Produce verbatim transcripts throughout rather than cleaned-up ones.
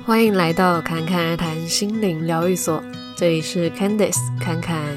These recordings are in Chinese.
欢迎来到侃侃而谈心灵疗愈所，这里是 Candice 侃侃。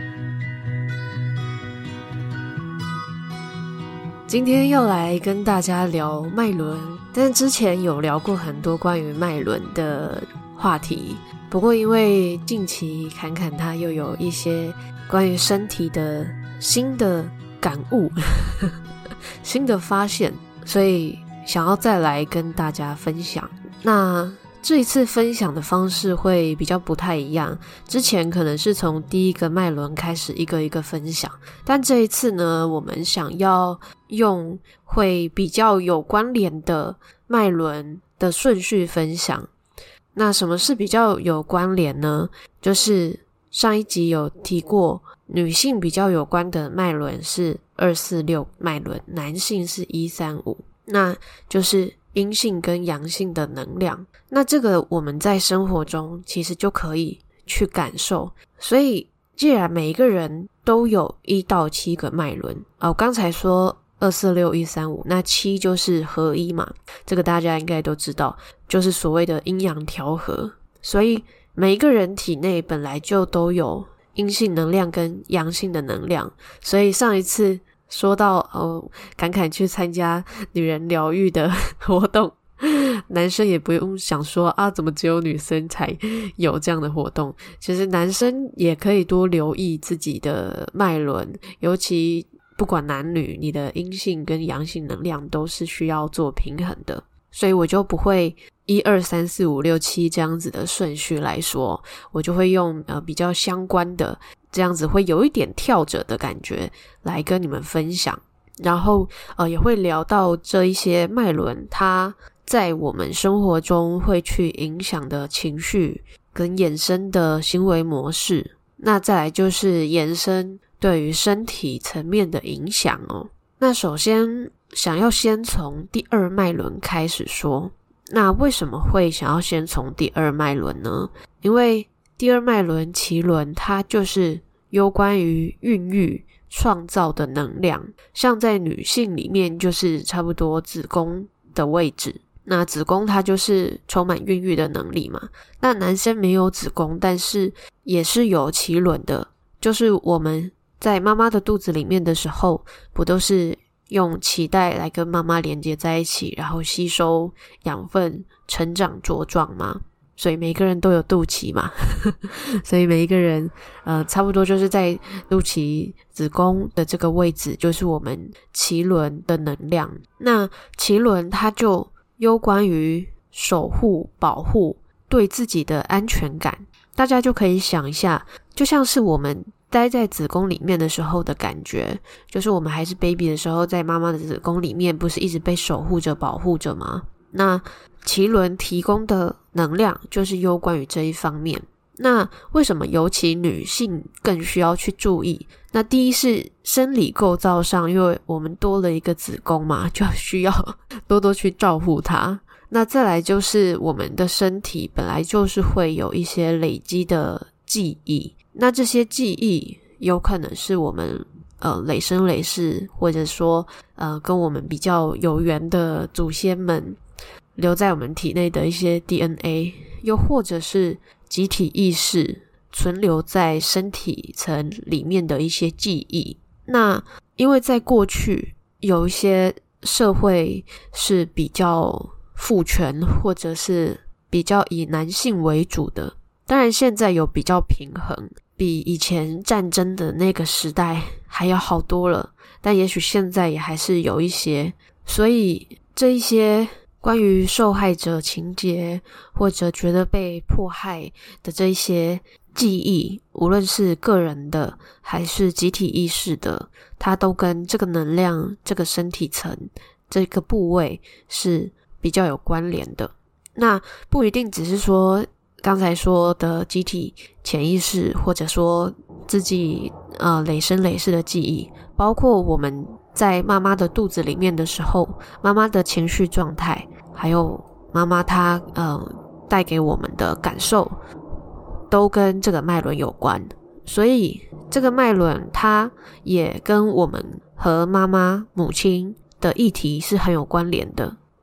今天要来跟大家聊脉轮，但是之前有聊过很多关于脉轮的话题，不过因为近期侃侃他又有一些关于身体的新的感悟新的发现，所以想要再来跟大家分享。那这一次分享的方式会比较不太一样，之前可能是从第一个脉轮开始一个一个分享，但这一次呢，我们想要用会比较有关联的脉轮的顺序分享。那什么是比较有关联呢？就是上一集有提过，女性比较有关的脉轮是二四六脉轮，男性是一三五，那就是阴性跟阳性的能量。那这个我们在生活中其实就可以去感受，所以既然每一个人都有一到七个脉轮啊，我刚才说二四六一三五，那七就是合一嘛，这个大家应该都知道，就是所谓的阴阳调和。所以每一个人体内本来就都有阴性能量跟阳性的能量，所以上一次说到哦，侃侃去参加女人疗愈的活动，男生也不用想说啊，怎么只有女生才有这样的活动。其实男生也可以多留意自己的脉轮，尤其不管男女，你的阴性跟阳性能量都是需要做平衡的。所以我就不会一二三四五六七这样子的顺序来说，我就会用呃比较相关的，这样子会有一点跳着的感觉来跟你们分享。然后呃也会聊到这一些脉轮它在我们生活中会去影响的情绪跟衍生的行为模式，那再来就是延伸对于身体层面的影响哦。那首先想要先从第二脉轮开始说，那为什么会想要先从第二脉轮呢？因为第二脉轮脐轮它就是有关于孕育创造的能量，像在女性里面就是差不多子宫的位置，那子宫它就是充满孕育的能力嘛。那男生没有子宫，但是也是有脐轮的，就是我们在妈妈的肚子里面的时候，不都是用脐带来跟妈妈连接在一起，然后吸收养分成长茁壮吗？所以每个人都有肚脐嘛所以每一个人呃，差不多就是在肚脐子宫的这个位置，就是我们脐轮的能量。那脐轮它就有关于守护保护对自己的安全感，大家就可以想一下，就像是我们待在子宫里面的时候的感觉，就是我们还是 baby 的时候，在妈妈的子宫里面不是一直被守护着保护着吗？那脐轮提供的能量就是有关于这一方面。那为什么尤其女性更需要去注意？那第一是生理构造上，因为我们多了一个子宫嘛，就需要多多去照顾它。那再来就是我们的身体本来就是会有一些累积的记忆，那这些记忆有可能是我们呃累生累世，或者说呃跟我们比较有缘的祖先们留在我们体内的一些 D N A， 又或者是集体意识存留在身体层里面的一些记忆。那因为在过去有一些社会是比较父权，或者是比较以男性为主的，当然现在有比较平衡，比以前战争的那个时代还要好多了，但也许现在也还是有一些。所以这一些关于受害者情节，或者觉得被迫害的这一些记忆，无论是个人的还是集体意识的，它都跟这个能量、这个身体层、这个部位是比较有关联的。那不一定只是说刚才说的集体潜意识，或者说自己呃累生累世的记忆，包括我们在妈妈的肚子里面的时候，妈妈的情绪状态，还有妈妈她呃带给我们的感受，都跟这个脉轮有关。所以这个脉轮它也跟我们和妈妈母亲的议题是很有关联的。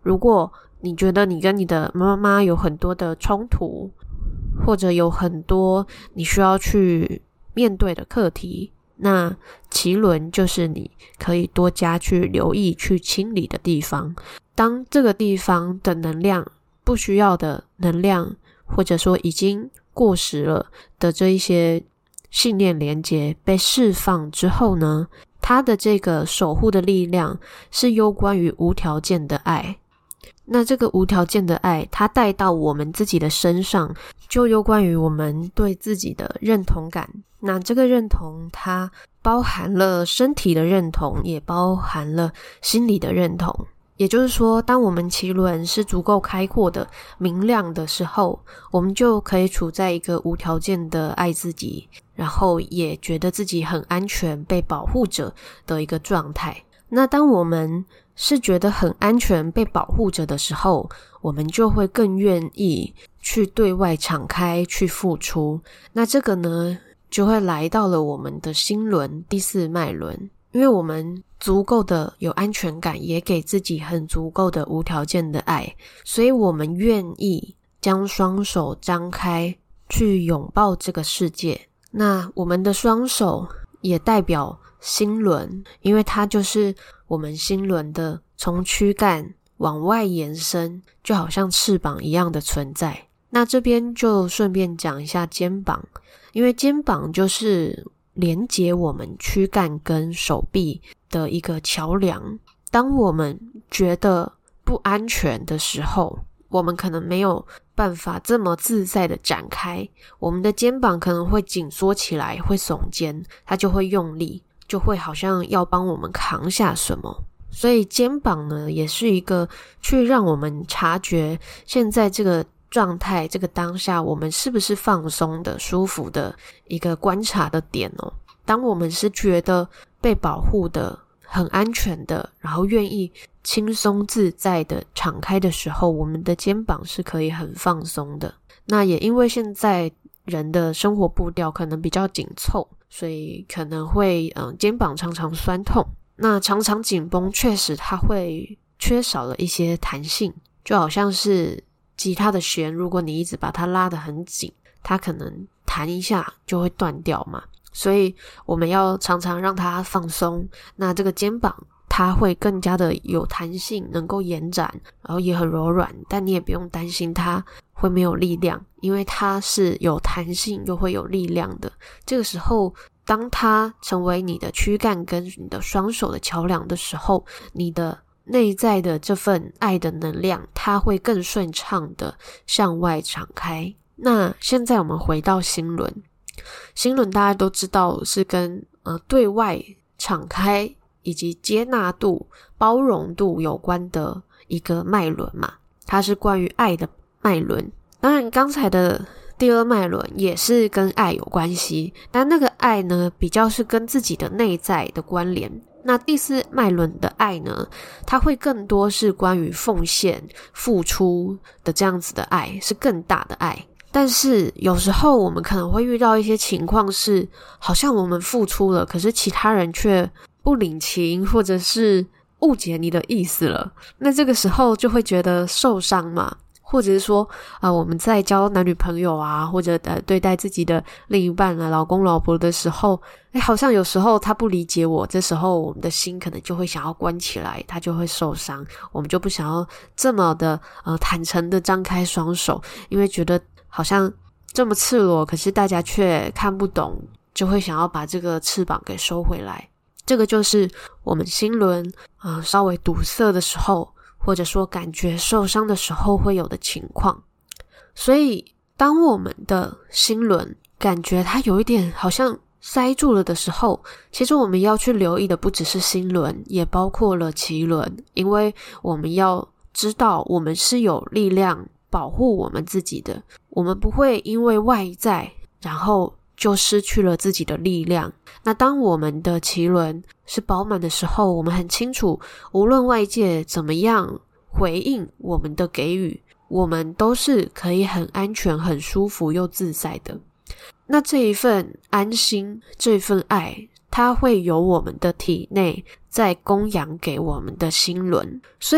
如果你觉得你跟你的妈妈有很多的冲突，或者有很多你需要去面对的课题，那脐轮就是你可以多加去留意去清理的地方。当这个地方的能量，不需要的能量，或者说已经过时了的这一些信念连结被释放之后呢，它的这个守护的力量是攸关于无条件的爱。那这个无条件的爱，它带到我们自己的身上，就攸关于我们对自己的认同感。那这个认同，它包含了身体的认同，也包含了心理的认同。也就是说，当我们脐轮是足够开阔的、明亮的时候，我们就可以处在一个无条件的爱自己，然后也觉得自己很安全、被保护着的一个状态。那当我们是觉得很安全、被保护着的时候，我们就会更愿意去对外敞开、去付出。那这个呢，就会来到了我们的心轮第四脉轮。因为我们足够的有安全感，也给自己很足够的无条件的爱，所以我们愿意将双手张开去拥抱这个世界。那我们的双手也代表心轮，因为它就是我们心轮的从躯干往外延伸，就好像翅膀一样的存在。那这边就顺便讲一下肩膀，因为肩膀就是连接我们躯干跟手臂的一个桥梁。当我们觉得不安全的时候，我们可能没有办法这么自在的展开，我们的肩膀可能会紧缩起来，会耸肩，它就会用力，就会好像要帮我们扛下什么。所以肩膀呢，也是一个去让我们察觉现在这个状态，这个当下我们是不是放松的、舒服的一个观察的点哦。当我们是觉得被保护的、很安全的，然后愿意轻松自在的敞开的时候，我们的肩膀是可以很放松的。那也因为现在人的生活步调可能比较紧凑，所以可能会嗯肩膀常常酸痛。那常常紧绷，确实它会缺少了一些弹性，就好像是吉他的弦，如果你一直把它拉得很紧，它可能弹一下就会断掉嘛。所以我们要常常让它放松，那这个肩膀它会更加的有弹性，能够延展，然后也很柔软，但你也不用担心它会没有力量，因为它是有弹性又会有力量的。这个时候当它成为你的躯干跟你的双手的桥梁的时候，你的内在的这份爱的能量，它会更顺畅的向外敞开。那现在我们回到心轮，心轮大家都知道是跟呃对外敞开以及接纳度、包容度有关的一个脉轮嘛，它是关于爱的脉轮。当然刚才的第二脉轮也是跟爱有关系，但那个爱呢，比较是跟自己的内在的关联。那第四脉轮的爱呢，它会更多是关于奉献、付出的这样子的爱，是更大的爱。但是有时候我们可能会遇到一些情况是，好像我们付出了，可是其他人却不领情，或者是误解你的意思了。那这个时候就会觉得受伤嘛。或者是说啊、呃，我们在交男女朋友啊，或者呃对待自己的另一半啊、老公老婆的时候，诶好像有时候他不理解我，这时候我们的心可能就会想要关起来，他就会受伤，我们就不想要这么的呃坦诚的张开双手，因为觉得好像这么赤裸，可是大家却看不懂，就会想要把这个翅膀给收回来。这个就是我们心轮呃稍微堵塞的时候，或者说感觉受伤的时候会有的情况。所以当我们的心轮感觉它有一点好像塞住了的时候，其实我们要去留意的不只是心轮，也包括了脐轮，因为我们要知道我们是有力量保护我们自己的，我们不会因为外在然后就失去了自己的力量。那当我们的脐轮是饱满的时候，我们很清楚，无论外界怎么样回应我们的给予，我们都是可以很安全、很舒服又自在的。那这一份安心，这一份爱，它会由我们的体内再供养给我们的心轮。所以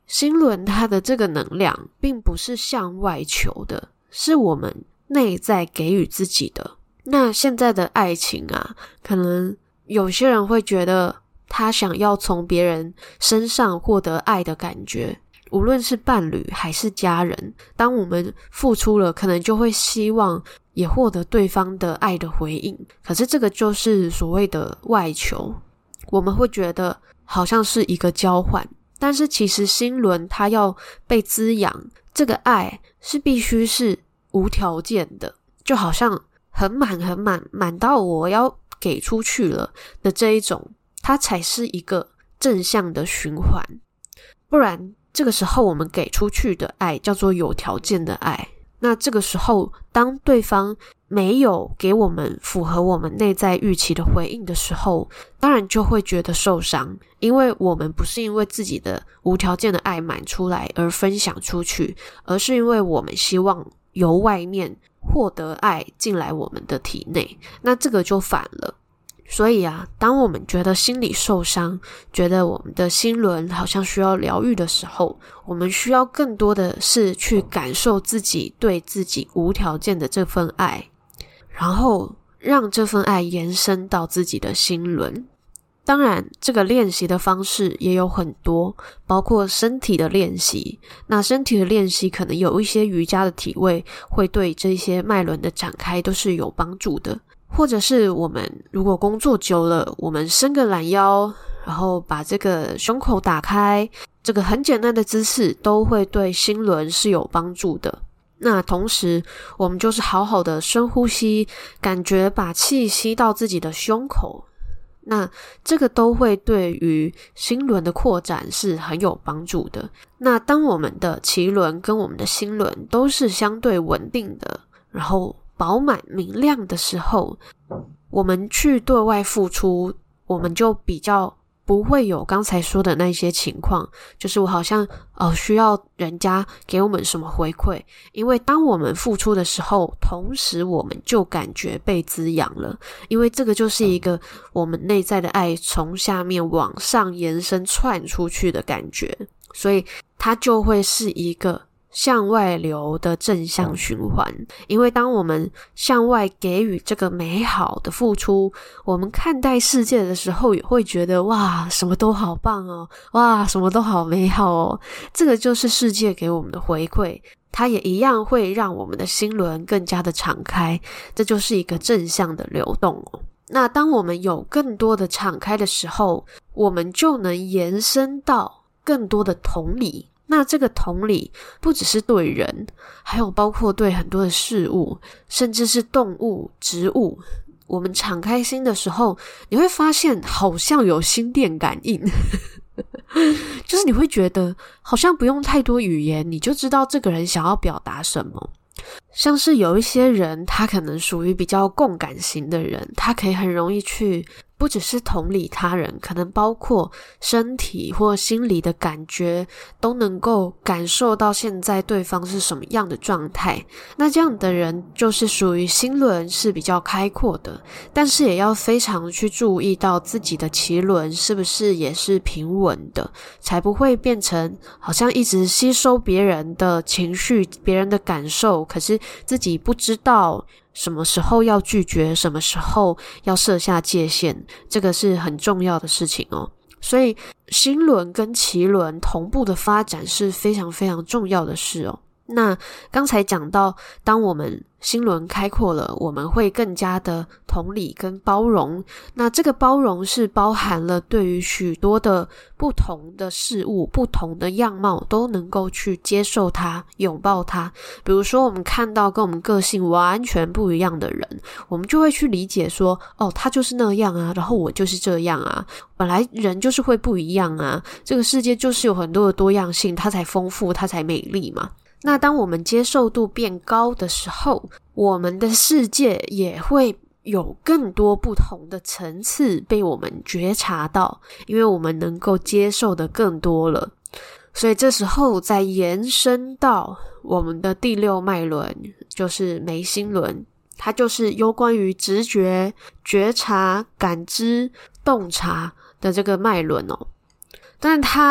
心轮它的这个能量并不是向外求的，是我们内在给予自己的。那现在的爱情啊，可能有些人会觉得他想要从别人身上获得爱的感觉，无论是伴侣还是家人，当我们付出了，可能就会希望也获得对方的爱的回应。可是这个就是所谓的外求，我们会觉得好像是一个交换，但是其实心轮它要被滋养，这个爱是必须是无条件的，就好像很满很满，满到我要给出去了的这一种，它才是一个正向的循环。不然这个时候我们给出去的爱叫做有条件的爱，那这个时候当对方没有给我们符合我们内在预期的回应的时候，当然就会觉得受伤，因为我们不是因为自己的无条件的爱满出来而分享出去，而是因为我们希望由外面获得爱进来我们的体内，那这个就反了。所以啊，当我们觉得心里受伤，觉得我们的心轮好像需要疗愈的时候，我们需要更多的是去感受自己对自己无条件的这份爱，然后让这份爱延伸到自己的心轮。当然这个练习的方式也有很多，包括身体的练习，那身体的练习可能有一些瑜伽的体位会对这些脉轮的展开都是有帮助的，或者是我们如果工作久了，我们伸个懒腰，然后把这个胸口打开，这个很简单的姿势都会对心轮是有帮助的。那同时我们就是好好的深呼吸，感觉把气吸到自己的胸口，那这个都会对于心轮的扩展是很有帮助的。那当我们的脐轮跟我们的心轮都是相对稳定的，然后饱满明亮的时候，我们去对外付出，我们就比较不会有刚才说的那些情况，就是我好像哦需要人家给我们什么回馈，因为当我们付出的时候，同时我们就感觉被滋养了，因为这个就是一个我们内在的爱从下面往上延伸窜出去的感觉，所以它就会是一个向外流的正向循环。因为当我们向外给予这个美好的付出，我们看待世界的时候也会觉得哇什么都好棒哦，哇什么都好美好哦，这个就是世界给我们的回馈，它也一样会让我们的心轮更加的敞开，这就是一个正向的流动哦。那当我们有更多的敞开的时候，我们就能延伸到更多的同理，那这个同理不只是对人，还有包括对很多的事物，甚至是动物、植物。我们敞开心的时候，你会发现好像有心电感应就是你会觉得好像不用太多语言，你就知道这个人想要表达什么。像是有一些人，他可能属于比较共感型的人，他可以很容易去不只是同理他人，可能包括身体或心理的感觉都能够感受到现在对方是什么样的状态。那这样的人就是属于心轮是比较开阔的，但是也要非常去注意到自己的脐轮是不是也是平稳的，才不会变成好像一直吸收别人的情绪、别人的感受，可是自己不知道什么时候要拒绝，什么时候要设下界限，这个是很重要的事情哦。所以心轮跟脐轮同步的发展是非常非常重要的事哦。那刚才讲到，当我们心轮开阔了，我们会更加的同理跟包容，那这个包容是包含了对于许多的不同的事物、不同的样貌都能够去接受它、拥抱它。比如说我们看到跟我们个性完全不一样的人，我们就会去理解说，哦，他就是那样啊，然后我就是这样啊，本来人就是会不一样啊，这个世界就是有很多的多样性，它才丰富，它才美丽嘛。那当我们接受度变高的时候，我们的世界也会有更多不同的层次被我们觉察到，因为我们能够接受的更多了。所以这时候再延伸到我们的第六脉轮，就是眉心轮，它就是有关于直觉、觉察、感知、洞察的这个脉轮哦。但它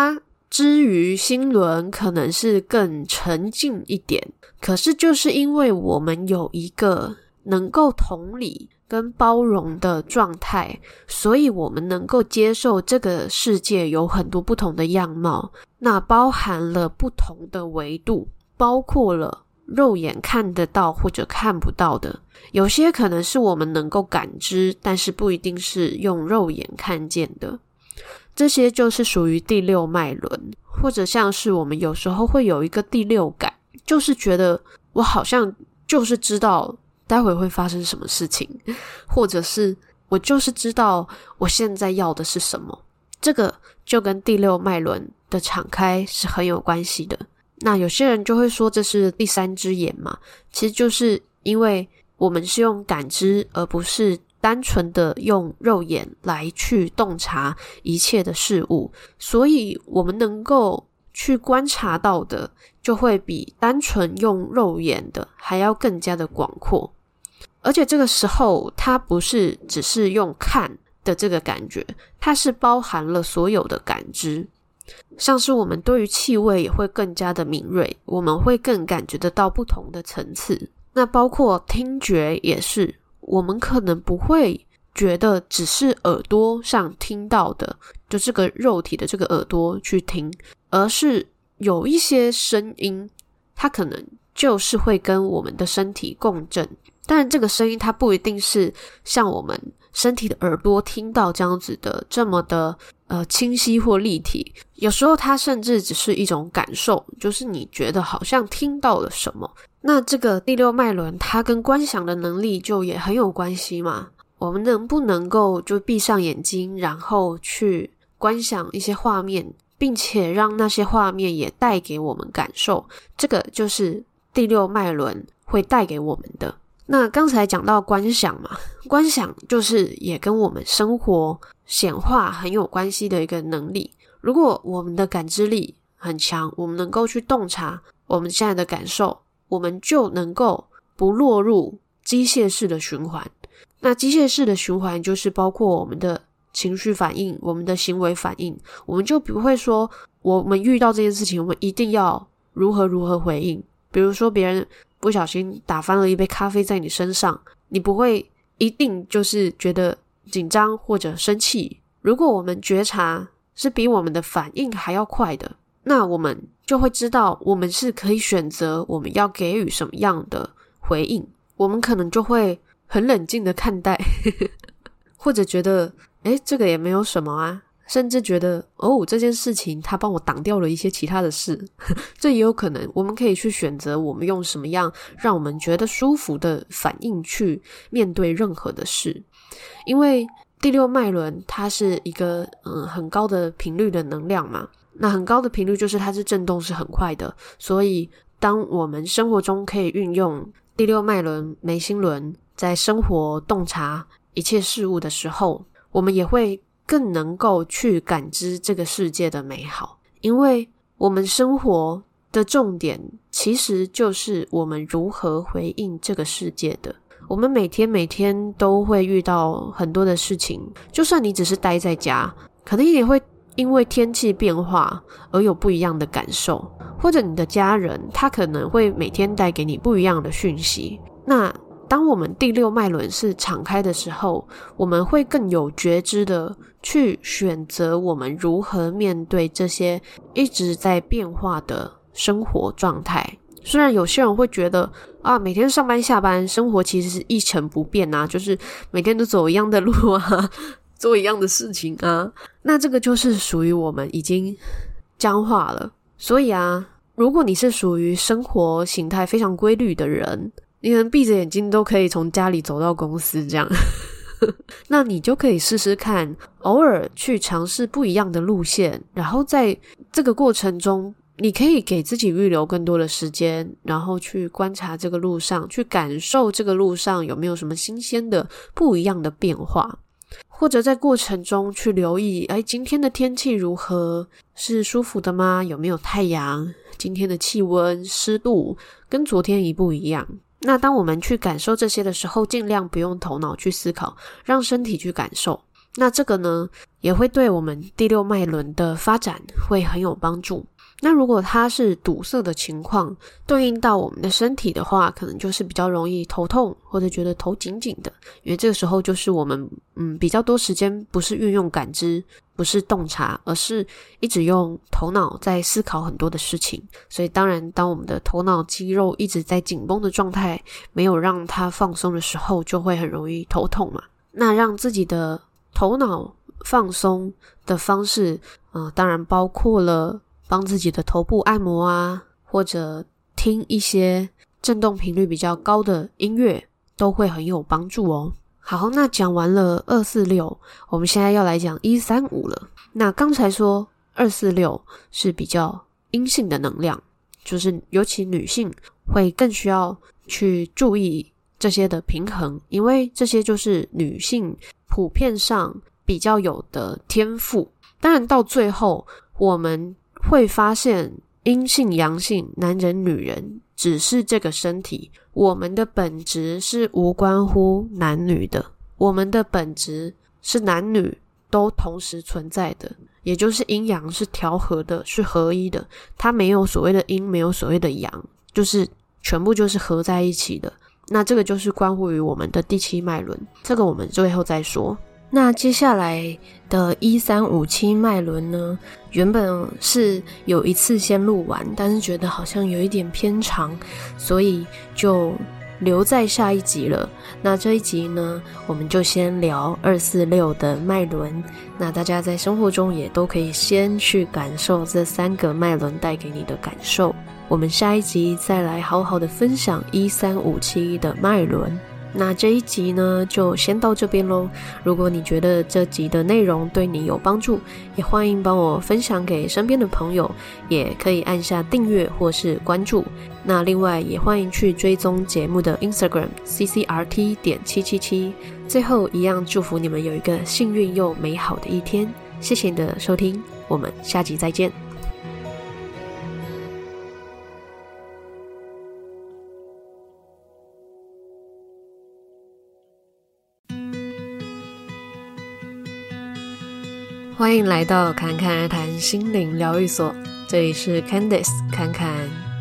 之于心轮可能是更沉静一点，可是就是因为我们有一个能够同理跟包容的状态，所以我们能够接受这个世界有很多不同的样貌，那包含了不同的维度，包括了肉眼看得到或者看不到的，有些可能是我们能够感知，但是不一定是用肉眼看见的，这些就是属于第六脉轮。或者像是我们有时候会有一个第六感，就是觉得我好像就是知道待会会发生什么事情，或者是我就是知道我现在要的是什么，这个就跟第六脉轮的敞开是很有关系的。那有些人就会说这是第三只眼嘛，其实就是因为我们是用感知，而不是单纯的用肉眼来去洞察一切的事物，所以我们能够去观察到的就会比单纯用肉眼的还要更加的广阔。而且这个时候它不是只是用看的这个感觉，它是包含了所有的感知，像是我们对于气味也会更加的敏锐，我们会更感觉得到不同的层次。那包括听觉也是，我们可能不会觉得只是耳朵上听到的，就这个肉体的这个耳朵去听，而是有一些声音它可能就是会跟我们的身体共振，但这个声音它不一定是像我们身体的耳朵听到这样子的这么的呃清晰或立体，有时候它甚至只是一种感受，就是你觉得好像听到了什么。那这个第六脉轮它跟观想的能力就也很有关系嘛，我们能不能够就闭上眼睛，然后去观想一些画面，并且让那些画面也带给我们感受，这个就是第六脉轮会带给我们的。那刚才讲到观想嘛，观想就是也跟我们生活显化很有关系的一个能力。如果我们的感知力很强，我们能够去洞察我们现在的感受，我们就能够不落入机械式的循环。那机械式的循环就是包括我们的情绪反应，我们的行为反应，我们就不会说我们遇到这件事情我们一定要如何如何回应。比如说别人不小心打翻了一杯咖啡在你身上，你不会一定就是觉得紧张或者生气。如果我们觉察是比我们的反应还要快的，那我们就会知道我们是可以选择我们要给予什么样的回应，我们可能就会很冷静的看待或者觉得诶这个也没有什么啊，甚至觉得哦这件事情它帮我挡掉了一些其他的事这也有可能。我们可以去选择我们用什么样让我们觉得舒服的反应去面对任何的事。因为第六脉轮它是一个嗯很高的频率的能量嘛，那很高的频率就是它是震动是很快的，所以当我们生活中可以运用第六脉轮眉心轮在生活洞察一切事物的时候，我们也会更能够去感知这个世界的美好。因为我们生活的重点其实就是我们如何回应这个世界的。我们每天每天都会遇到很多的事情，就算你只是待在家，可能也会因为天气变化而有不一样的感受，或者你的家人他可能会每天带给你不一样的讯息。那当我们第六脉轮是敞开的时候，我们会更有觉知的去选择我们如何面对这些一直在变化的生活状态。虽然有些人会觉得啊，每天上班下班生活其实是一成不变啊，就是每天都走一样的路啊，做一样的事情啊，那这个就是属于我们已经僵化了。所以啊，如果你是属于生活形态非常规律的人，你可能闭着眼睛都可以从家里走到公司这样那你就可以试试看，偶尔去尝试不一样的路线，然后在这个过程中你可以给自己预留更多的时间，然后去观察这个路上，去感受这个路上有没有什么新鲜的不一样的变化，或者在过程中去留意哎，今天的天气如何，是舒服的吗？有没有太阳？今天的气温湿度跟昨天一不一样？那当我们去感受这些的时候，尽量不用头脑去思考，让身体去感受。 那这个呢也会对我们第六脉轮的发展会很有帮助。那如果它是堵塞的情况，对应到我们的身体的话，可能就是比较容易头痛，或者觉得头紧紧的，因为这个时候就是我们嗯比较多时间不是运用感知，不是洞察，而是一直用头脑在思考很多的事情。所以当然当我们的头脑肌肉一直在紧绷的状态，没有让它放松的时候，就会很容易头痛嘛。那让自己的头脑放松的方式呃，当然包括了帮自己的头部按摩啊，或者听一些振动频率比较高的音乐，都会很有帮助哦。好，那讲完了二四六，我们现在要来讲一三五了。那刚才说二四六是比较阴性的能量，就是尤其女性会更需要去注意这些的平衡，因为这些就是女性普遍上比较有的天赋。当然到最后我们会发现阴性阳性男人女人只是这个身体，我们的本质是无关乎男女的，我们的本质是男女都同时存在的，也就是阴阳是调和的，是合一的，它没有所谓的阴，没有所谓的阳，就是全部就是合在一起的。那这个就是关乎于我们的第七脉轮，这个我们最后再说。那接下来的一三五七脉轮呢，原本是有一次先录完，但是觉得好像有一点偏长，所以就留在下一集了。那这一集呢，我们就先聊二四六的脉轮，那大家在生活中也都可以先去感受这三个脉轮带给你的感受。我们下一集再来好好的分享一三五七的脉轮。那这一集呢就先到这边咯。如果你觉得这集的内容对你有帮助，也欢迎帮我分享给身边的朋友，也可以按下订阅或是关注。那另外也欢迎去追踪节目的 Instagram C C R T 点七七七。最后一样祝福你们有一个幸运又美好的一天，谢谢你的收听，我们下集再见。欢迎来到侃侃而谈心灵疗愈所，这里是 Candice 侃侃。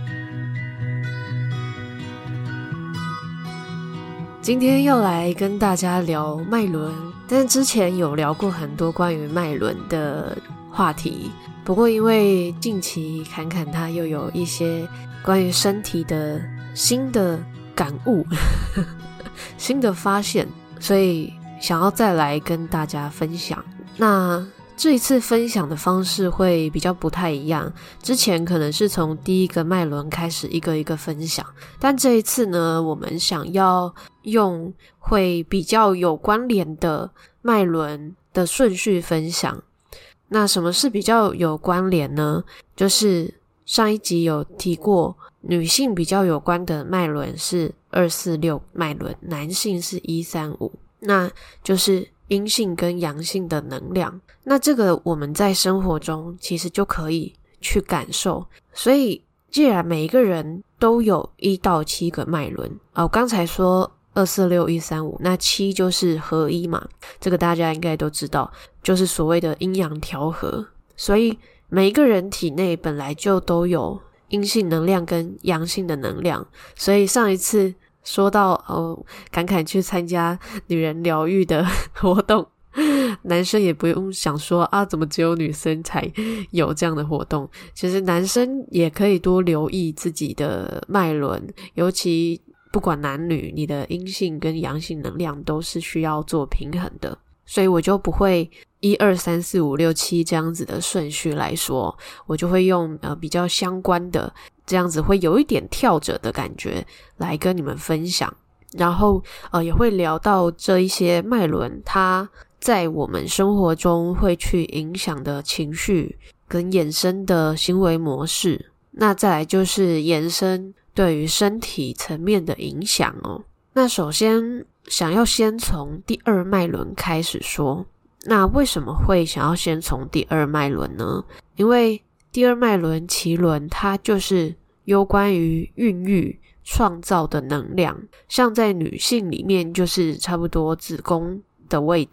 今天又来跟大家聊脉轮，但是之前有聊过很多关于脉轮的话题，不过因为近期侃侃他又有一些关于身体的新的感悟新的发现，所以想要再来跟大家分享。那这一次分享的方式会比较不太一样，之前可能是从第一个脉轮开始一个一个分享，但这一次呢，我们想要用会比较有关联的脉轮的顺序分享。那什么是比较有关联呢？就是上一集有提过，女性比较有关的脉轮是二四六脉轮，男性是一三五，那就是阴性跟阳性的能量。那这个我们在生活中其实就可以去感受，所以既然每一个人都有一到七个脉轮啊，我刚才说二四六一三五，那七就是合一嘛，这个大家应该都知道，就是所谓的阴阳调和。所以每一个人体内本来就都有阴性能量跟阳性的能量，所以上一次说到哦，侃侃去参加女人疗愈的活动，男生也不用想说啊，怎么只有女生才有这样的活动。其实男生也可以多留意自己的脉轮，尤其不管男女，你的阴性跟阳性能量都是需要做平衡的。所以我就不会一二三四五六七这样子的顺序来说，我就会用呃比较相关的，这样子会有一点跳着的感觉来跟你们分享。然后呃也会聊到这一些脉轮它在我们生活中会去影响的情绪跟衍生的行为模式，那再来就是延伸对于身体层面的影响哦。那首先想要先从第二脉轮开始说，那为什么会想要先从第二脉轮呢？因为第二脉轮脐轮它就是有关于孕育创造的能量，像在女性里面就是差不多子宫的位置，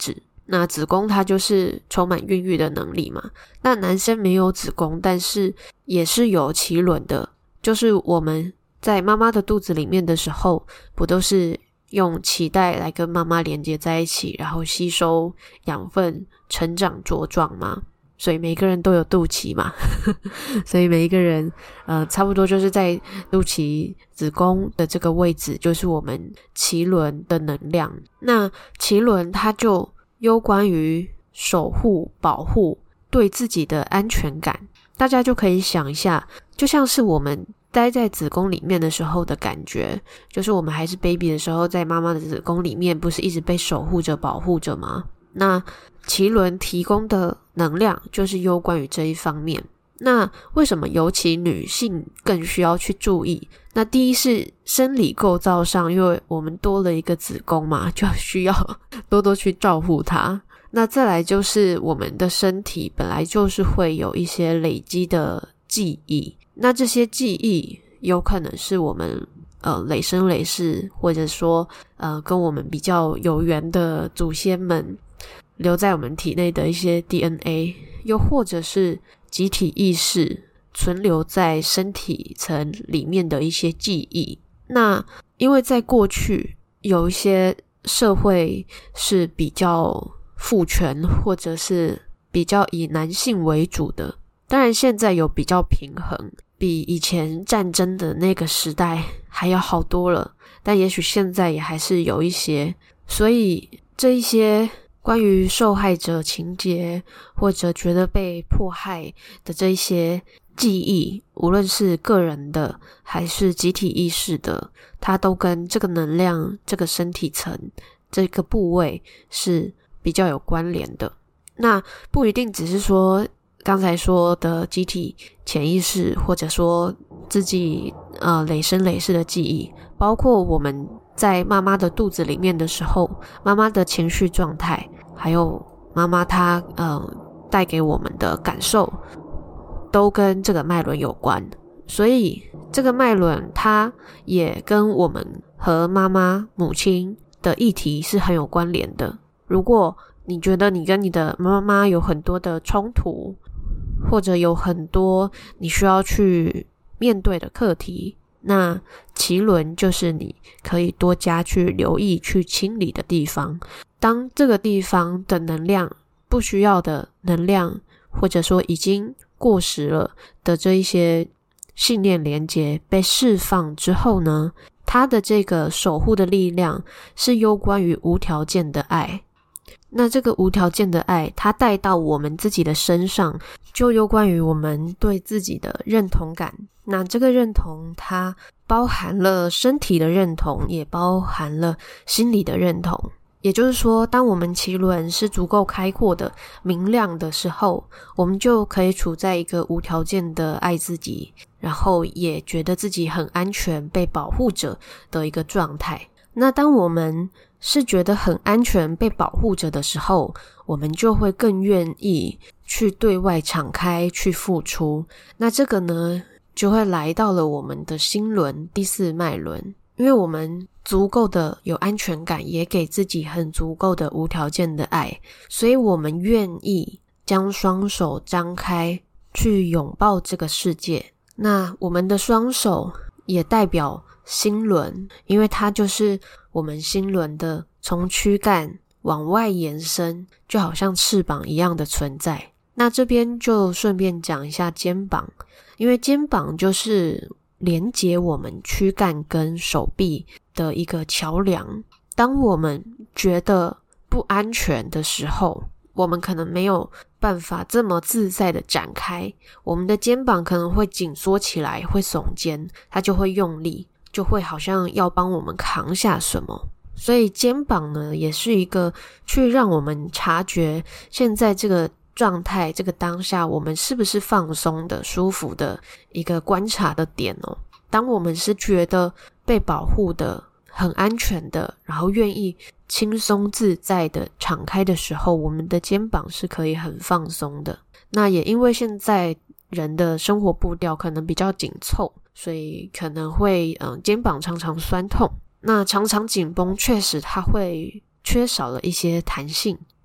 那子宫它就是充满孕育的能力嘛。那男生没有子宫，但是也是有脐轮的，就是我们在妈妈的肚子里面的时候，不都是用脐带来跟妈妈连接在一起，然后吸收养分、成长茁壮吗？所以每一个人都有肚脐嘛所以每一个人呃，差不多就是在肚脐子宫的这个位置，就是我们脐轮的能量。那脐轮它就攸关于守护、保护对自己的安全感。大家就可以想一下，就像是我们待在子宫里面的时候的感觉，就是我们还是 baby 的时候，在妈妈的子宫里面不是一直被守护着、保护着吗？那脐轮提供的能量就是攸关于这一方面。那为什么尤其女性更需要去注意？那第一是生理构造上，因为我们多了一个子宫嘛，就需要多多去照顾它。那再来就是我们的身体本来就是会有一些累积的记忆，那这些记忆有可能是我们呃累生累世，或者说呃跟我们比较有缘的祖先们留在我们体内的一些 D N A， 又或者是集体意识存留在身体层里面的一些记忆。那因为在过去有一些社会是比较父权，或者是比较以男性为主的，当然现在有比较平衡，比以前战争的那个时代还要好多了，但也许现在也还是有一些。所以这一些关于受害者情节，或者觉得被迫害的这一些记忆，无论是个人的还是集体意识的，它都跟这个能量、这个身体层、这个部位是比较有关联的。那不一定只是说刚才说的集体潜意识，或者说自己呃累生累世的记忆，包括我们在妈妈的肚子里面的时候，妈妈的情绪状态，还有妈妈她呃带给我们的感受，都跟这个脉轮有关。所以这个脉轮它也跟我们和妈妈、母亲的议题是很有关联的。如果你觉得你跟你的妈妈有很多的冲突，或者有很多你需要去面对的课题，那脐轮就是你可以多加去留意、去清理的地方。当这个地方的能量，不需要的能量，或者说已经过时了的这一些信念连结被释放之后呢，它的这个守护的力量是攸关于无条件的爱。那这个无条件的爱，它带到我们自己的身上，就攸关于我们对自己的认同感。那这个认同，它包含了身体的认同，也包含了心理的认同。也就是说，当我们脐轮是足够开阔的、明亮的时候，我们就可以处在一个无条件的爱自己，然后也觉得自己很安全、被保护着的一个状态。那当我们是觉得很安全、被保护着的时候，我们就会更愿意去对外敞开、去付出。那这个呢，就会来到了我们的心轮第四脉轮。因为我们足够的有安全感，也给自己很足够的无条件的爱，所以我们愿意将双手张开去拥抱这个世界。那我们的双手也代表心轮，因为它就是我们心轮的从躯干往外延伸，就好像翅膀一样的存在。那这边就顺便讲一下肩膀，因为肩膀就是连接我们躯干跟手臂的一个桥梁。当我们觉得不安全的时候，我们可能没有办法这么自在的展开，我们的肩膀可能会紧缩起来，会耸肩，它就会用力，就会好像要帮我们扛下什么。所以肩膀呢，也是一个去让我们察觉现在这个状态，这个当下我们是不是放松的、舒服的一个观察的点哦。当我们是觉得被保护的、很安全的，然后愿意轻松自在的敞开的时候，我们的肩膀是可以很放松的。那也因为现在人的生活步调可能比较紧凑，所以可能会嗯肩膀常常酸痛。那常常紧绷，确实它会缺少了一些弹性。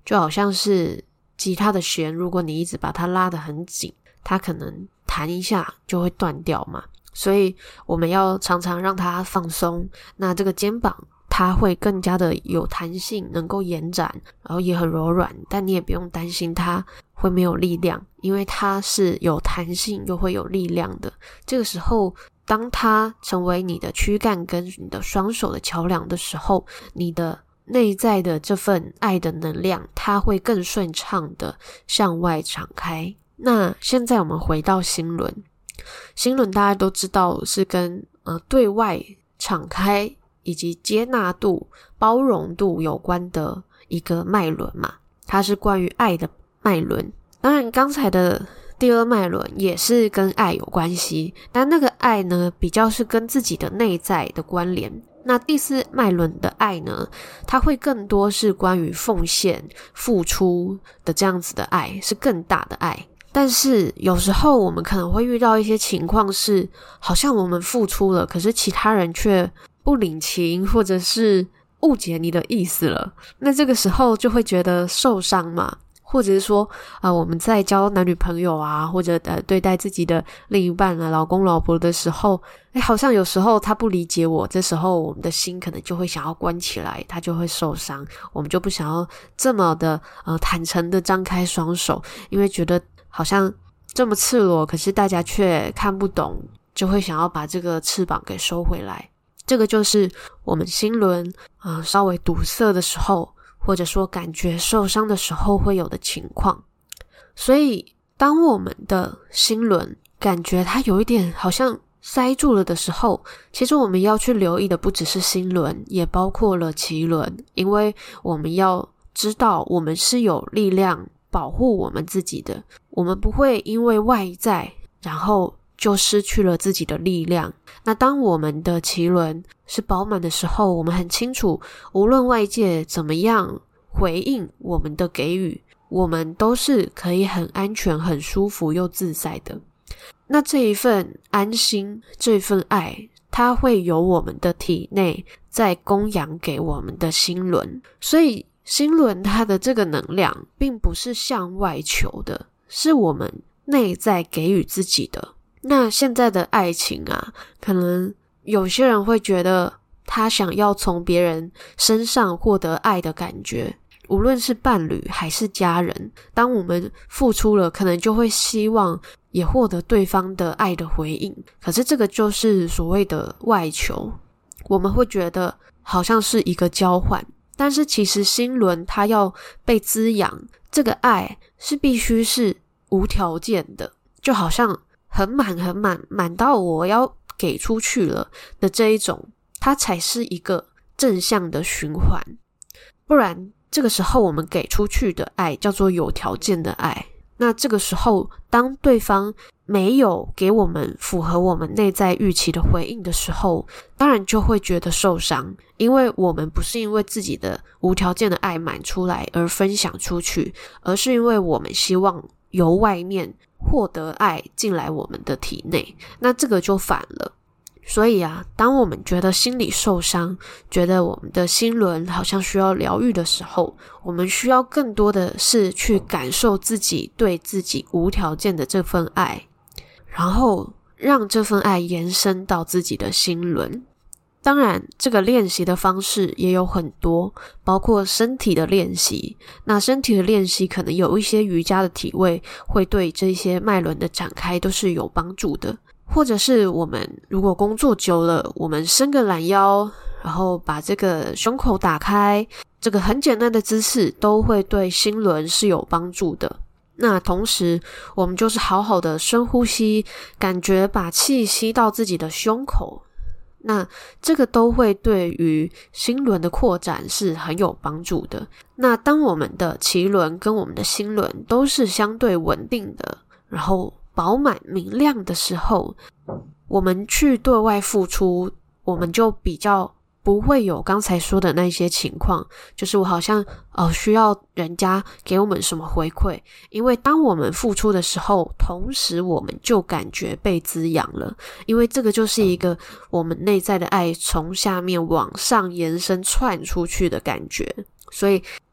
就好像是吉他的弦，如果你一直把它拉得很紧，它可能弹一下就会断掉嘛，所以我们要常常让它放松，那这个肩膀它会更加的有弹性，能够延展，然后也很柔软，但你也不用担心它会没有力量，因为它是有弹性又会有力量的。这个时候当它成为你的躯干跟你的双手的桥梁的时候，你的内在的这份爱的能量它会更顺畅的向外敞开。那现在我们回到心轮，心轮大家都知道是跟呃对外敞开以及接纳度、包容度有关的一个脉轮嘛，它是关于爱的脉轮。当然刚才的第二脉轮也是跟爱有关系，但那个爱呢比较是跟自己的内在的关联。那第四脉轮的爱呢，它会更多是关于奉献、付出的这样子的爱，是更大的爱。但是有时候我们可能会遇到一些情况是，好像我们付出了，可是其他人却不领情，或者是误解你的意思了，那这个时候就会觉得受伤嘛。或者是说啊、呃，我们在交男女朋友啊，或者呃对待自己的另一半啊，老公老婆的时候，诶好像有时候他不理解我，这时候我们的心可能就会想要关起来，他就会受伤，我们就不想要这么的呃坦诚的张开双手，因为觉得好像这么赤裸，可是大家却看不懂，就会想要把这个翅膀给收回来。这个就是我们心轮呃稍微堵塞的时候，或者说感觉受伤的时候会有的情况。所以当我们的心轮感觉它有一点好像塞住了的时候，其实我们要去留意的不只是心轮，也包括了脐轮，因为我们要知道我们是有力量保护我们自己的，我们不会因为外在然后就失去了自己的力量。那当我们的脐轮是饱满的时候，我们很清楚无论外界怎么样回应我们的给予，我们都是可以很安全、很舒服又自在的。那这一份安心，这一份爱，它会由我们的体内再供养给我们的心轮。所以心轮它的这个能量并不是向外求的，是我们内在给予自己的。那现在的爱情啊，可能有些人会觉得他想要从别人身上获得爱的感觉，无论是伴侣还是家人，当我们付出了，可能就会希望也获得对方的爱的回应。可是这个就是所谓的外求，我们会觉得好像是一个交换，但是其实心轮它要被滋养，这个爱是必须是无条件的，就好像很满很满，满到我要给出去了的这一种，它才是一个正向的循环。不然这个时候我们给出去的爱叫做有条件的爱，那这个时候当对方没有给我们符合我们内在预期的回应的时候，当然就会觉得受伤，因为我们不是因为自己的无条件的爱满出来而分享出去，而是因为我们希望由外面获得爱进来我们的体内，那这个就反了。所以啊，当我们觉得心里受伤，觉得我们的心轮好像需要疗愈的时候，我们需要更多的是去感受自己对自己无条件的这份爱，然后让这份爱延伸到自己的心轮。当然这个练习的方式也有很多，包括身体的练习，那身体的练习可能有一些瑜伽的体位会对这些脉轮的展开都是有帮助的，或者是我们如果工作久了，我们伸个懒腰，然后把这个胸口打开，这个很简单的姿势都会对心轮是有帮助的。那同时我们就是好好的深呼吸，感觉把气吸到自己的胸口，那这个都会对于心轮的扩展是很有帮助的。那当我们的脐轮跟我们的心轮都是相对稳定的，然后饱满明亮的时候，我们去对外付出，我们就比较不会有刚才说的那些情况，就是我好像呃需要人家给我们什么回馈，因为当我们付出的时候，同时我们就感觉被滋养了，因为这个就是一个我们内在的爱从下面往上延伸窜出去的感觉，所以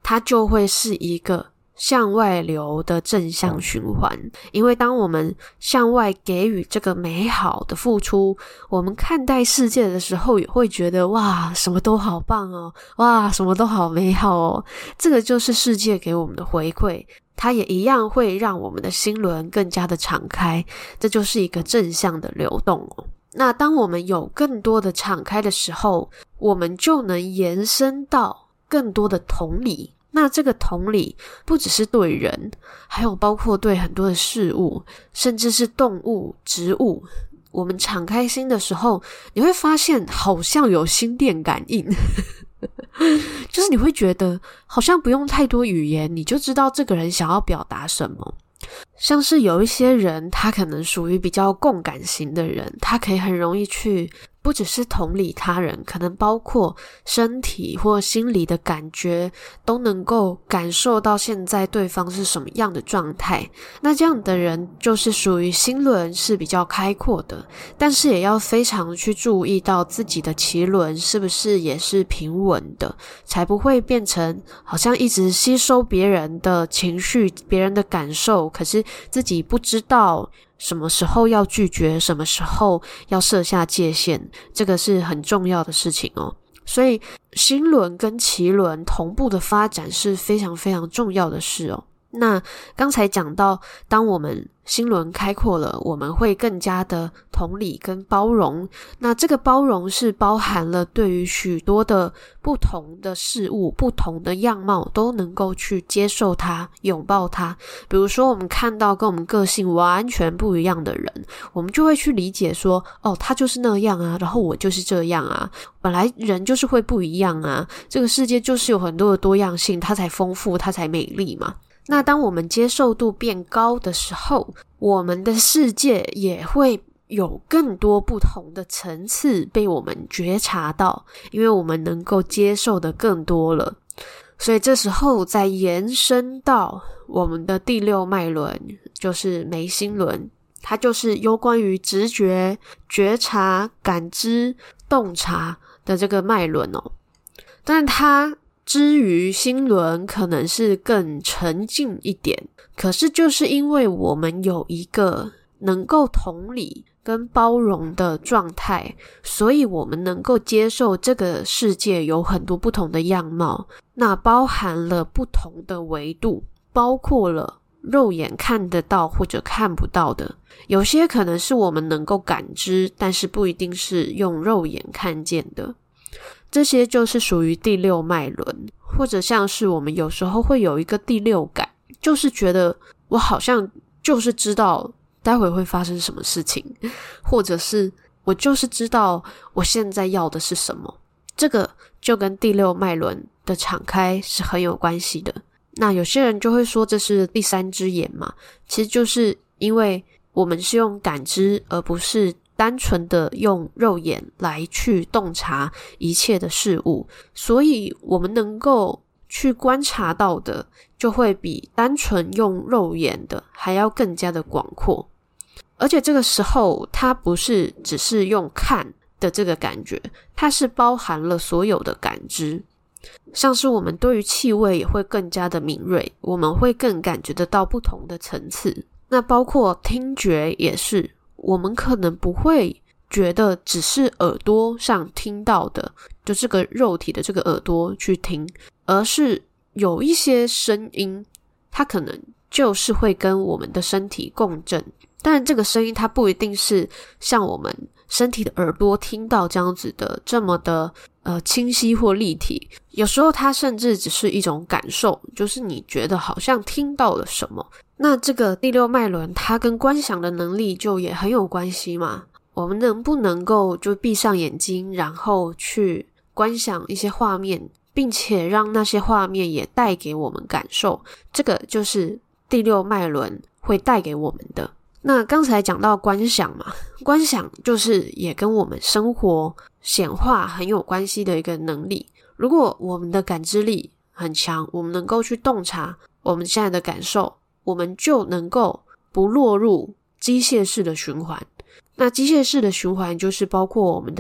它就会是一个向外流的正向循环。因为当我们向外给予这个美好的付出，我们看待世界的时候也会觉得哇，什么都好棒哦，哇，什么都好美好哦。这个就是世界给我们的回馈，它也一样会让我们的心轮更加的敞开，这就是一个正向的流动哦。那当我们有更多的敞开的时候，我们就能延伸到更多的同理。那这个同理不只是对人，还有包括对很多的事物，甚至是动物、植物。我们敞开心的时候，你会发现好像有心电感应就是你会觉得好像不用太多语言，你就知道这个人想要表达什么。像是有一些人，他可能属于比较共感型的人，他可以很容易去不只是同理他人，可能包括身体或心理的感觉都能够感受到现在对方是什么样的状态。那这样的人就是属于心轮是比较开阔的，但是也要非常去注意到自己的脐轮是不是也是平稳的，才不会变成好像一直吸收别人的情绪、别人的感受，可是自己不知道什么时候要拒绝，什么时候要设下界限，这个是很重要的事情哦。所以心轮跟脐轮同步的发展是非常非常重要的事哦。那刚才讲到，当我们心轮开阔了，我们会更加的同理跟包容。那这个包容是包含了对于许多的不同的事物、不同的样貌都能够去接受它、拥抱它。比如说我们看到跟我们个性完全不一样的人，我们就会去理解说，哦，他就是那样啊，然后我就是这样啊，本来人就是会不一样啊，这个世界就是有很多的多样性，它才丰富，它才美丽嘛。那当我们接受度变高的时候，我们的世界也会有更多不同的层次被我们觉察到，因为我们能够接受的更多了。所以这时候再延伸到我们的第六脉轮，就是眉心轮，它就是有关于直觉、觉察、感知、洞察的这个脉轮哦。但它之于心轮可能是更沉静一点，可是就是因为我们有一个能够同理跟包容的状态，所以我们能够接受这个世界有很多不同的样貌，那包含了不同的维度，包括了肉眼看得到或者看不到的，有些可能是我们能够感知，但是不一定是用肉眼看见的。这些就是属于第六脉轮，或者像是我们有时候会有一个第六感，就是觉得我好像就是知道待会会发生什么事情，或者是我就是知道我现在要的是什么，这个就跟第六脉轮的敞开是很有关系的。那有些人就会说这是第三只眼嘛，其实就是因为我们是用感知，而不是单纯的用肉眼来去洞察一切的事物，所以我们能够去观察到的就会比单纯用肉眼的还要更加的广阔。而且这个时候它不是只是用看的这个感觉，它是包含了所有的感知，像是我们对于气味也会更加的敏锐，我们会更感觉得到不同的层次。那包括听觉也是，我们可能不会觉得只是耳朵上听到的，就这个肉体的这个耳朵去听，而是有一些声音它可能就是会跟我们的身体共振，但这个声音它不一定是像我们身体的耳朵听到这样子的这么的呃清晰或立体，有时候它甚至只是一种感受，就是你觉得好像听到了什么。那这个第六脉轮它跟观想的能力就也很有关系嘛，我们能不能够就闭上眼睛，然后去观想一些画面，并且让那些画面也带给我们感受，这个就是第六脉轮会带给我们的。那刚才讲到观想嘛，观想就是也跟我们生活显化很有关系的一个能力。如果我们的感知力很强，我们能够去洞察我们现在的感受，我们就能够不落入机械式的循环。那机械式的循环就是包括我们的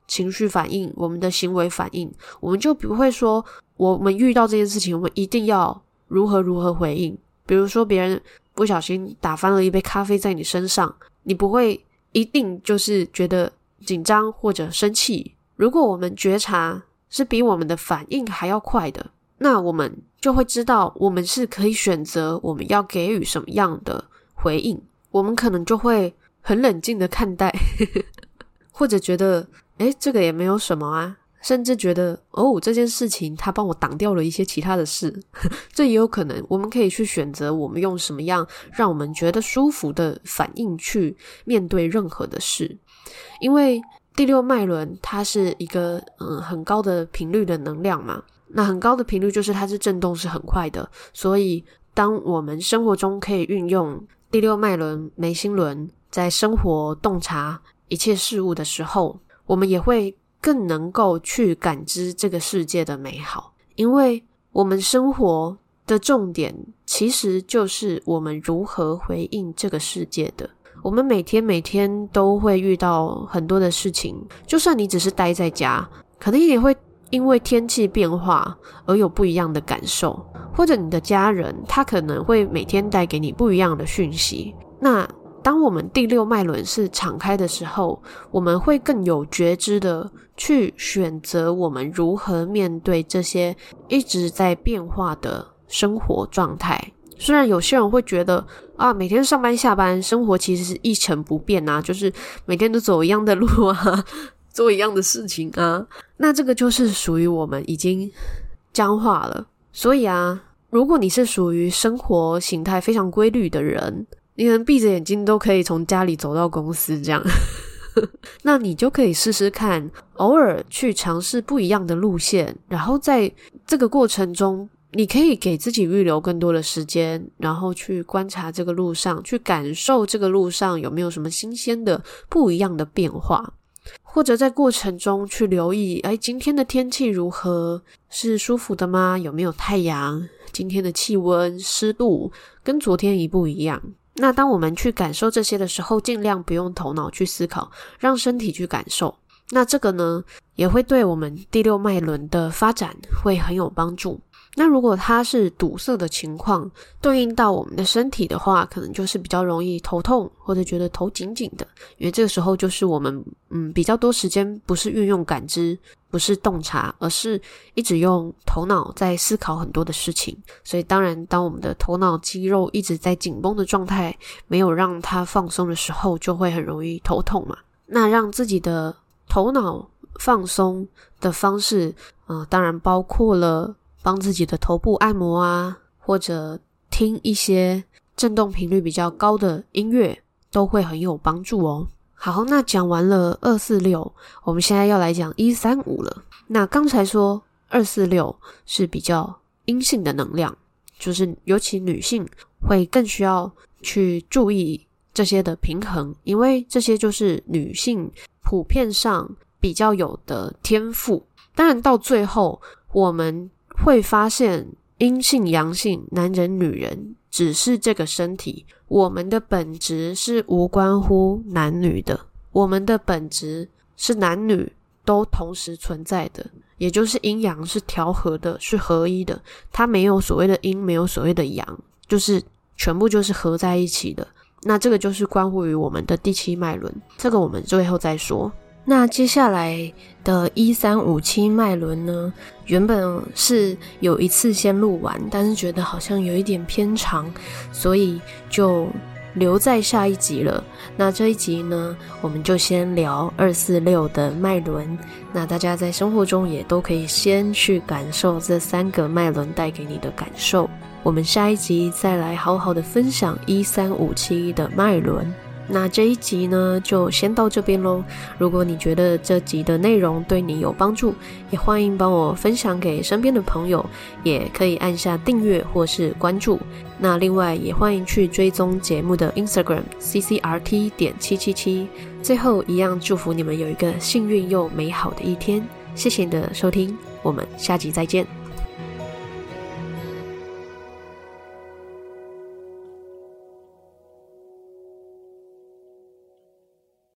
情绪反应，我们的行为反应，我们就不会说我们遇到这件事情我们一定要如何如何回应。比如说别人不小心打翻了一杯咖啡在你身上，你不会一定就是觉得紧张或者生气。如果我们觉察是比我们的反应还要快的，那我们就会知道我们是可以选择我们要给予什么样的回应。我们可能就会很冷静的看待或者觉得诶这个也没有什么啊，甚至觉得哦这件事情它帮我挡掉了一些其他的事这也有可能。我们可以去选择我们用什么样让我们觉得舒服的反应去面对任何的事。因为第六脉轮它是一个嗯很高的频率的能量嘛，那很高的频率就是它是震动是很快的，所以当我们生活中可以运用第六脉轮眉心轮在生活洞察一切事物的时候，我们也会更能够去感知这个世界的美好。因为我们生活的重点其实就是我们如何回应这个世界的。我们每天每天都会遇到很多的事情，就算你只是待在家，可能也会因为天气变化而有不一样的感受，或者你的家人他可能会每天带给你不一样的讯息。那当我们第六脉轮是敞开的时候，我们会更有觉知的去选择我们如何面对这些一直在变化的生活状态。虽然有些人会觉得啊，每天上班下班生活其实是一成不变啊，就是每天都走一样的路啊，做一样的事情啊，那这个就是属于我们已经僵化了。所以啊，如果你是属于生活形态非常规律的人，你可能闭着眼睛都可以从家里走到公司这样那你就可以试试看，偶尔去尝试不一样的路线，然后在这个过程中你可以给自己预留更多的时间，然后去观察这个路上，去感受这个路上有没有什么新鲜的不一样的变化，或者在过程中去留意哎，今天的天气如何，是舒服的吗？有没有太阳？今天的气温湿度跟昨天一不一样？那当我们去感受这些的时候，尽量不用头脑去思考，让身体去感受。那这个呢，也会对我们第六脉轮的发展会很有帮助。那如果它是堵塞的情况，对应到我们的身体的话，可能就是比较容易头痛，或者觉得头紧紧的，因为这个时候就是我们嗯比较多时间不是运用感知，不是洞察，而是一直用头脑在思考很多的事情。所以当然当我们的头脑肌肉一直在紧绷的状态，没有让它放松的时候，就会很容易头痛嘛。那让自己的头脑放松的方式呃，当然包括了帮自己的头部按摩啊，或者听一些振动频率比较高的音乐，都会很有帮助哦。好，那讲完了二四六，我们现在要来讲一三五了。那刚才说二四六是比较阴性的能量，就是尤其女性会更需要去注意这些的平衡，因为这些就是女性普遍上比较有的天赋。当然到最后我们会发现阴性阳性男人女人只是这个身体，我们的本质是无关乎男女的，我们的本质是男女都同时存在的，也就是阴阳是调和的，是合一的，它没有所谓的阴，没有所谓的阳，就是全部就是合在一起的。那这个就是关乎于我们的第七脉轮，这个我们最后再说。那接下来的一三五七脉轮呢，原本是有一次先录完，但是觉得好像有一点偏长，所以就留在下一集了。那这一集呢，我们就先聊二四六的脉轮，那大家在生活中也都可以先去感受这三个脉轮带给你的感受。我们下一集再来好好的分享一三五七的脉轮。那这一集呢就先到这边咯。如果你觉得这集的内容对你有帮助，也欢迎帮我分享给身边的朋友，也可以按下订阅或是关注。那另外也欢迎去追踪节目的 Instagram C C R T 点七七七。最后一样祝福你们有一个幸运又美好的一天，谢谢你的收听，我们下集再见。